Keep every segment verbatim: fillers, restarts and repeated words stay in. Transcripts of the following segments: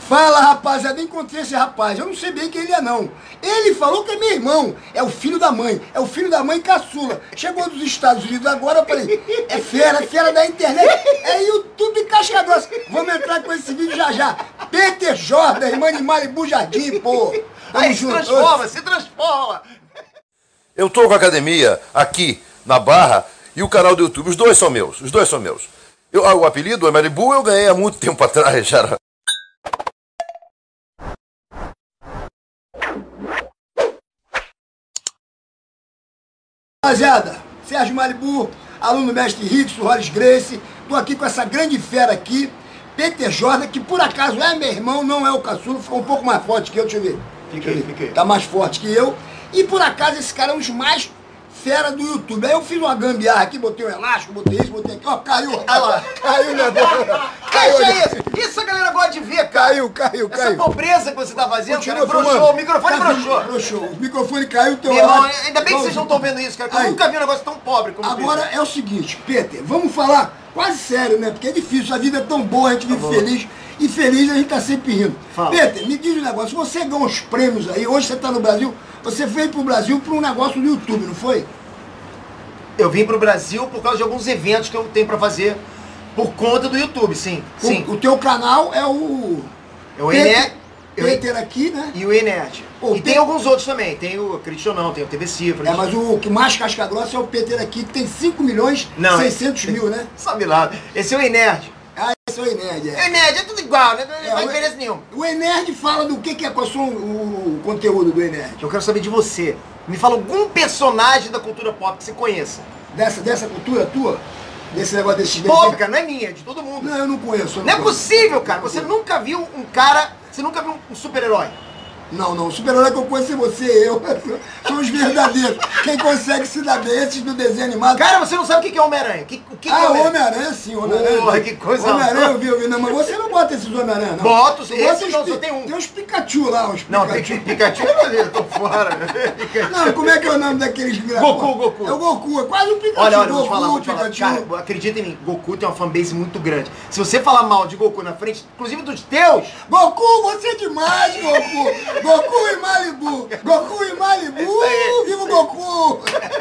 Fala, rapaziada, encontrei esse rapaz, eu não sei bem quem ele é não. Ele falou que é meu irmão, é o filho da mãe, é o filho da mãe caçula. Chegou dos Estados Unidos agora, eu falei, é fera, é fera da internet, é YouTube Casca Grossa. Vamos entrar com esse vídeo já já. Peter Jordan, irmã de Malibu Jardim, pô. Aí se transforma, se transforma. Eu tô com a academia aqui na Barra e o canal do YouTube, os dois são meus, os dois são meus. Eu, o apelido é Malibu, eu ganhei há muito tempo atrás, já. Rapaziada, Sérgio Malibu, aluno mestre Rickson, Hollis Grace, tô aqui com essa grande fera aqui, Peter Jordan, que por acaso é meu irmão, não é o caçula, ficou um pouco mais forte que eu, deixa eu ver. Fica aí, fica aí. Tá mais forte que eu. E por acaso esse cara é um dos mais fera do YouTube. Aí eu fiz uma gambiarra aqui, botei um elástico, botei isso, botei aqui, ó, caiu. Olha lá. Caiu o negócio. Caiu, isso. Isso a galera gosta de ver, cara. Caiu, caiu, caiu. Essa pobreza que você tá fazendo, Continua cara, broxou, filmando. o microfone Tá, broxou. broxou. O microfone caiu, teu Meu irmão, elástico. ainda bem que vocês não estão vendo isso, cara, porque eu Aí. nunca vi um negócio tão pobre como Agora isso. é o seguinte, Peter, vamos falar quase sério, né? Porque é difícil, a vida é tão boa, a gente vive Tá feliz. E feliz a gente tá sempre rindo. Fala. Peter, me diz um negócio, você ganhou uns prêmios aí, hoje você tá no Brasil, você veio pro Brasil pra um negócio do YouTube, não foi? Eu vim pro Brasil por causa de alguns eventos que eu tenho pra fazer por conta do YouTube, sim. O, sim. o teu canal é o... É o Peter, Enerd. Peter aqui, né? E o Enerd. Pô, E o tem Pe- alguns outros também. Tem o Acredite ou Não, tem o T V Cifras. É, mas o que mais casca grossa é o Peter aqui, que tem cinco milhões e Não, seiscentos mil, né? Sabe lá. Esse é o Enerd. Ah, esse é o Enerd, O é. Enerd é tudo igual, né? Não É, faz o- diferença nenhuma. O Enerd fala do que, que é, qual é o, o conteúdo do Enerd. Eu quero saber de você. Me fala algum personagem da cultura pop que você conheça. Dessa, dessa cultura tua? Desse negócio desses... Pop, cara, não é minha, é de todo mundo. Não, eu não conheço. eu Não é conheço. possível, cara. Você nunca viu um cara... Você nunca viu um super-herói. Não, não. O super-herói que eu conheço é você e eu. São os verdadeiros. Quem consegue se dar bem, esses do desenho animado. Cara, você não sabe o que é Homem-Aranha. O que, o que, que é Ah, Homem-Aranha? Homem-Aranha sim, Homem-Aranha. Porra, que coisa Homem-Aranha boa. eu vi, eu vi. Não, mas você não bota esses Homem-Aranha, não. Boto, Você esse bota os não, pi- só tem um. Tem uns Pikachu lá, uns Não, tem que Pikachu, eu tô fora. Não, como é que é o nome daqueles... Goku, Goku. É o Goku, é quase um Pikachu. Olha, olha, Goku, vou te falar, vou te falar. Pikachu. Cara, acredita em mim, Goku tem uma fanbase muito grande. Se você falar mal de Goku na frente, inclusive dos teus, Goku, você é demais, Goku. Goku e Malibu. Goku e Malibu. Isso aí. Viva o Goku.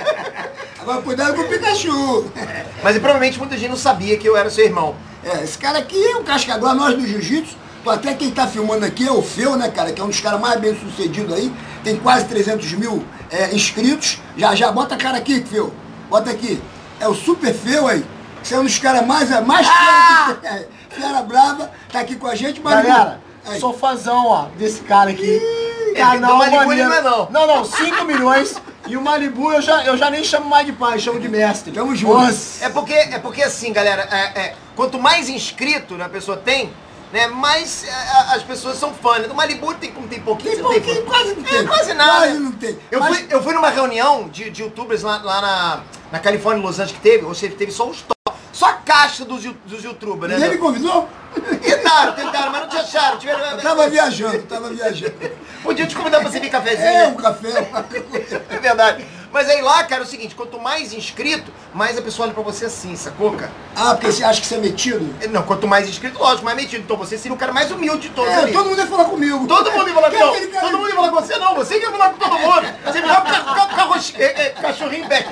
Agora cuidado com o Pikachu. mas provavelmente muita gente não sabia que eu era seu irmão. É, esse cara aqui é um cascador, nós do jiu-jitsu. Até quem tá filmando aqui é o Feu, né, cara? Que é um dos caras mais bem sucedidos aí. Tem quase trezentos mil é, inscritos. Já, já, bota a cara aqui, Feu. Bota aqui. É o Super Feu aí. Você é um dos caras mais, mais Ah! fera que tem. Fera brava, tá aqui com a gente, mas... Galera, Aí. sou fãzão, ó, desse cara aqui. É, do Malibu ele não é não. Não, não, cinco milhões. E o Malibu eu já, eu já nem chamo mais de pai, chamo de mestre. Tamo junto. Nossa. É porque, é porque assim, galera, é, é, quanto mais inscrito a pessoa tem, né, mais é, as pessoas são fãs. Do Malibu tem, como tem pouquinho, Tem você pouquinho, fã. quase não tem. É, quase nada. Quase não tem. Eu, Mas- fui, eu fui numa reunião de, de youtubers lá, lá na, na Califórnia, em Los Angeles, que teve, ou seja, teve só os top, só a caixa dos, you- dos youtubers, né? Ninguém me convidou? Tentaram, tentaram, mas não te acharam. Tiveram, Eu tava viajando, tava viajando. Podia te convidar pra você vir cafezinho. É, né? um café, uma coisa. É verdade. Mas aí lá, cara, é o seguinte, quanto mais inscrito, mais a pessoa olha pra você assim, sacou, cara? Ah, porque você acha que você é metido? Não, quanto mais inscrito, lógico, mais metido. Então você seria o cara mais humilde de todos É, ali. todo mundo ia falar comigo. Todo mundo ia falar Quem com é não, aquele cara? todo mundo ia falar com você, não. Você que ia falar com todo mundo. Você ia falar com o carro- é, é, cachorrinho pé.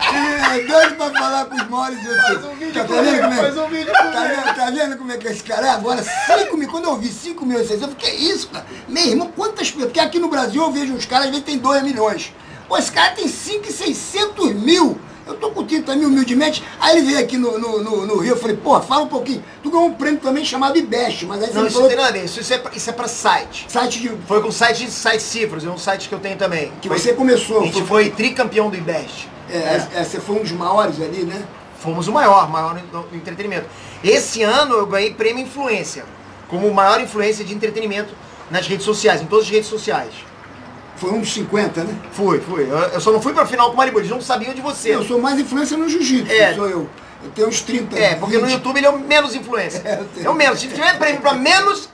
É, doido pra falar com os maiores youtubers. Faz um vídeo Tá comigo, vendo como é? faz um vídeo Tá comigo. vendo, tá vendo como é que esse cara é? Agora, cinco mil, quando eu vi cinco mil e seiscentos, eu fiquei, que isso, cara? Meu irmão, quantas pessoas? Porque aqui no Brasil eu vejo uns caras, às vezes tem dois milhões. Pô, esse cara tem cinco e seiscentos mil. Eu tô com trinta mil, humildemente. Aí ele veio aqui no, no, no, no Rio, eu falei, porra, fala um pouquinho. Tu ganhou um prêmio também chamado IBEST, mas aí você Não, me isso falou não tem nada a ver. Isso, isso, é, pra, isso é pra site. site de... Foi com o site de site cifras, é um site que eu tenho também. que Foi- você começou. A gente foi tricampeão do IBEST. É, é, é, você foi um dos maiores ali, né? Fomos o maior, maior no, no entretenimento. Esse ano eu ganhei prêmio Influência, como maior influência de entretenimento nas redes sociais, em todas as redes sociais. Foi um dos cinquenta, né? Fui, fui. Eu, eu só não fui pra final com o Malibu, eles não sabiam de você. Eu sou mais influência no jiu-jitsu, É. sou eu. Eu tenho uns trinta. É, porque no vinte. YouTube ele é o menos influência. É, eu sei. É o menos. Se tiver prêmio pra menos,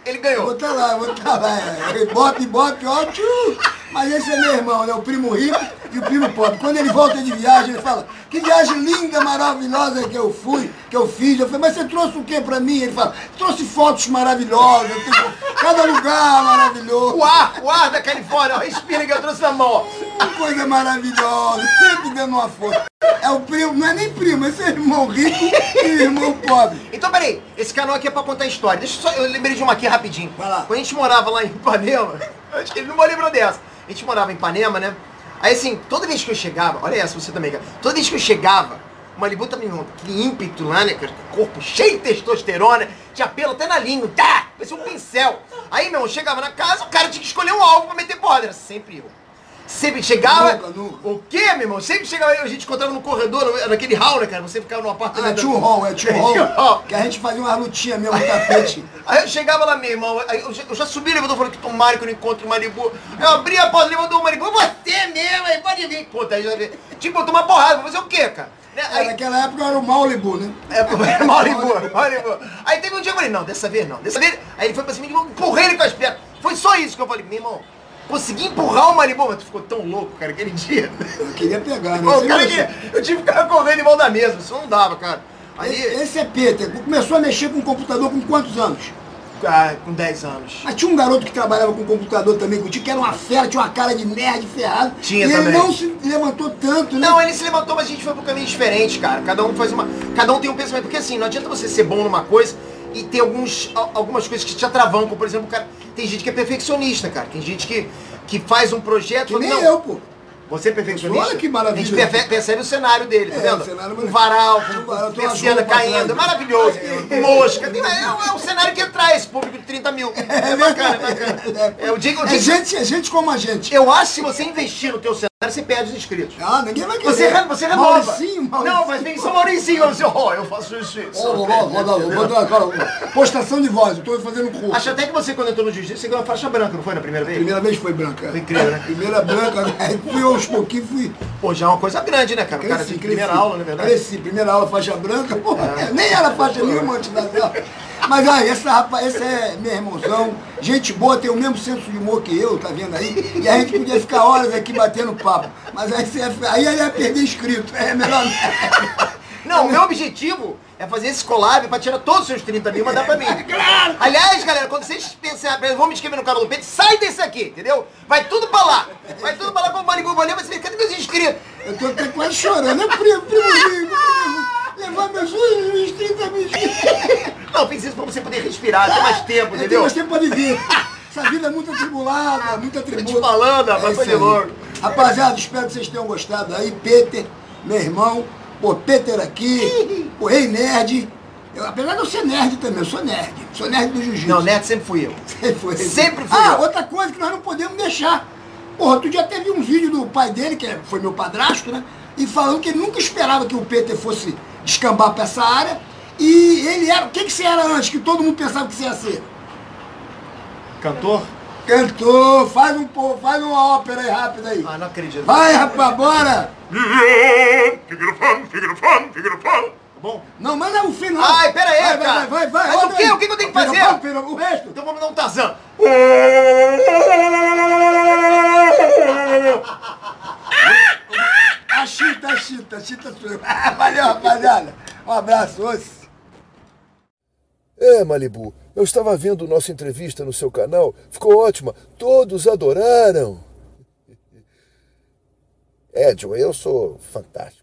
ele ganhou. Vou tá lá, vou tá lá. É, Ibope, Ibope, ó, tchu. Mas esse é meu irmão, né? O primo rico e o primo pobre. Quando ele volta de viagem, ele fala, que viagem linda, maravilhosa que eu fui, que eu fiz. Eu falei, mas você trouxe o que pra mim? Ele fala, trouxe fotos maravilhosas, tipo, cada lugar maravilhoso. O ar, o ar da Califórnia, ó, respira que eu trouxe na mão, ó. Hum, coisa maravilhosa, sempre dando uma foto. É o primo, não é nem primo, esse é irmão rico e irmão pobre. Então, peraí, esse canal aqui é pra contar história. Deixa eu só, eu lembrei de uma aqui rapidinho. Vai lá. Quando a gente morava lá em Ipanema, acho que ele não me lembrou dessa. A gente morava em Ipanema, né? Aí assim, toda vez que eu chegava, olha essa, você também, cara. Toda vez que eu chegava, o Malibu também, aquele ímpeto lá, né, cara? Corpo cheio de testosterona, tinha pelo até na língua, tá? Parecia um pincel. Aí, meu irmão, chegava na casa, o cara tinha que escolher um alvo pra meter porra. Era sempre eu. Sempre chegava. Nunca, nunca. O quê, meu irmão? Sempre chegava, a gente encontrava no corredor, no- naquele hall, né, cara? Você ficava no apartamento. Ah, tinha um hall, é, tinha um É, tinha um hall. hall. Que a gente fazia uma lutinha mesmo no tapete. Aí eu chegava lá, meu irmão, aí eu já, eu já subi o elevador falando que tomara que eu não encontro o Malibu. Eu abri a porta do elevador, o Malibu, você mesmo, aí pode vir. Puta, aí já vi. Tipo, botou uma porrada, vou fazer o quê, cara? Né, É, Aí, naquela época era o Malibu, né? é, pô, era Malibu, Malibu. Aí teve um dia que eu falei, não, dessa vez não, dessa vez. Aí ele foi pra cima e eu empurrei ele com as pernas. Foi só isso que eu falei, meu irmão, consegui empurrar o Malibu, mas tu ficou tão louco, cara, aquele dia. Eu queria pegar, né? Pô, Você o cara não- que, eu tive que ficar correndo em mão da mesa, isso não dava, cara. Aí, Esse é Peter. Começou a mexer com computador com quantos anos? ah, com dez anos. Mas tinha um garoto que trabalhava com computador também contigo, que era uma fera, tinha uma cara de nerd ferrado. Tinha e também. ele não se levantou tanto, né? Não, ele se levantou, mas a gente foi por caminhos diferentes, cara. Cada um faz uma. Cada um tem um pensamento. Porque assim, não adianta você ser bom numa coisa e ter alguns, al- algumas coisas que te atravancam. Por exemplo, cara, tem gente que é perfeccionista, cara. Tem gente que, que faz um projeto. Que fala, nem não, eu, pô. Você é perfeccionista? Olha que maravilha. A gente perfe- percebe o cenário dele, tá É, vendo? o cenário Um maravilhoso. varal, Um varal, com tem umas persiana roupas caindo, atrás. maravilhoso. É. Mosca. Tem- É, é um cenário que atrai esse público de trinta mil. É bacana, é bacana. É, o dia, que- o dia É que- gente, é gente como a gente. Eu acho que se você investir no teu cenário, você perde os inscritos. Ah, ninguém vai querer. Você, re- você renova. Mauricinho, Mauricinho. Não, mas vem só Mauricinho. Você, ó, eu faço isso. isso. Ó, ó, ó, ó, ó, ó, ó, ó. Postação de voz, eu tô fazendo curso. Acho até que você, quando entrou no jiu-jitsu, você ganhou uma faixa branca, não foi na primeira vez? Primeira vez foi branca. Foi incrível, né? Primeira branca, aí fui aos pouquinhos, fui. Pô, já é uma coisa grande, né, cara? O cara Cresci, de cresci. primeira aula, na verdade. Cresci, primeira aula, faixa branca, porra, nem era faixa nenhuma antes da dela. Mas aí, esse rapaz, esse é meu irmãozão, gente boa, tem o mesmo senso de humor que eu, tá vendo aí? E a gente podia ficar horas aqui batendo papo. Mas aí, você ia, aí ele ia perder inscrito, é melhor. Não, o meu objetivo é fazer esse collab pra tirar todos os seus trinta mil e mandar pra mim. Claro! Aliás, galera, quando vocês pensarem, vão me inscrever no canal do Pedro, sai desse aqui, entendeu? Vai tudo pra lá. Vai tudo pra lá com o Malibu Valeu, mas você cadê meus inscritos? Eu tô até quase chorando, é primo, primozinho, primo, levar meus uns trinta mil inscritos. Não, fiz isso pra você poder respirar, ter mais tempo, Eu tenho entendeu? mais tempo pra viver. Essa vida é muito atribulada, muito Tô atribulada. te falando, rapaz, É foi isso de aí. logo. Rapaziada, espero que vocês tenham gostado aí. Peter, meu irmão, pô, Peter aqui, o Rei Nerd. Eu, apesar de eu ser nerd também, eu sou nerd. Sou nerd do jiu-jitsu. Não, Neto sempre fui eu. Sempre foi. Sempre fui Ah, eu. outra coisa que nós não podemos deixar. Porra, outro dia teve um vídeo do pai dele, que é- foi meu padrasto, né? E falando que ele nunca esperava que o Peter fosse descambar pra essa área. E ele era. O que, que você era antes? Que todo mundo pensava que você ia ser? Cantor? Cantor, faz um pô, faz uma ópera aí rápida aí. Ah, não acredito. Vai, rapaz, bora! Tá bom? Não, mas não é o final. Ai, pera aí, vai, cara. Vai, vai, vai. Mas outra o quê? aí. O que que eu tenho que Pera, fazer? pera, pera, o resto. Então vamos dar um Tarzan. A chita, a chita, a chita sua. Valeu, rapaziada. Um abraço, osse. É, Malibu, eu estava vendo nossa entrevista no seu canal, ficou ótima, todos adoraram. É, Joe, eu sou fantástico.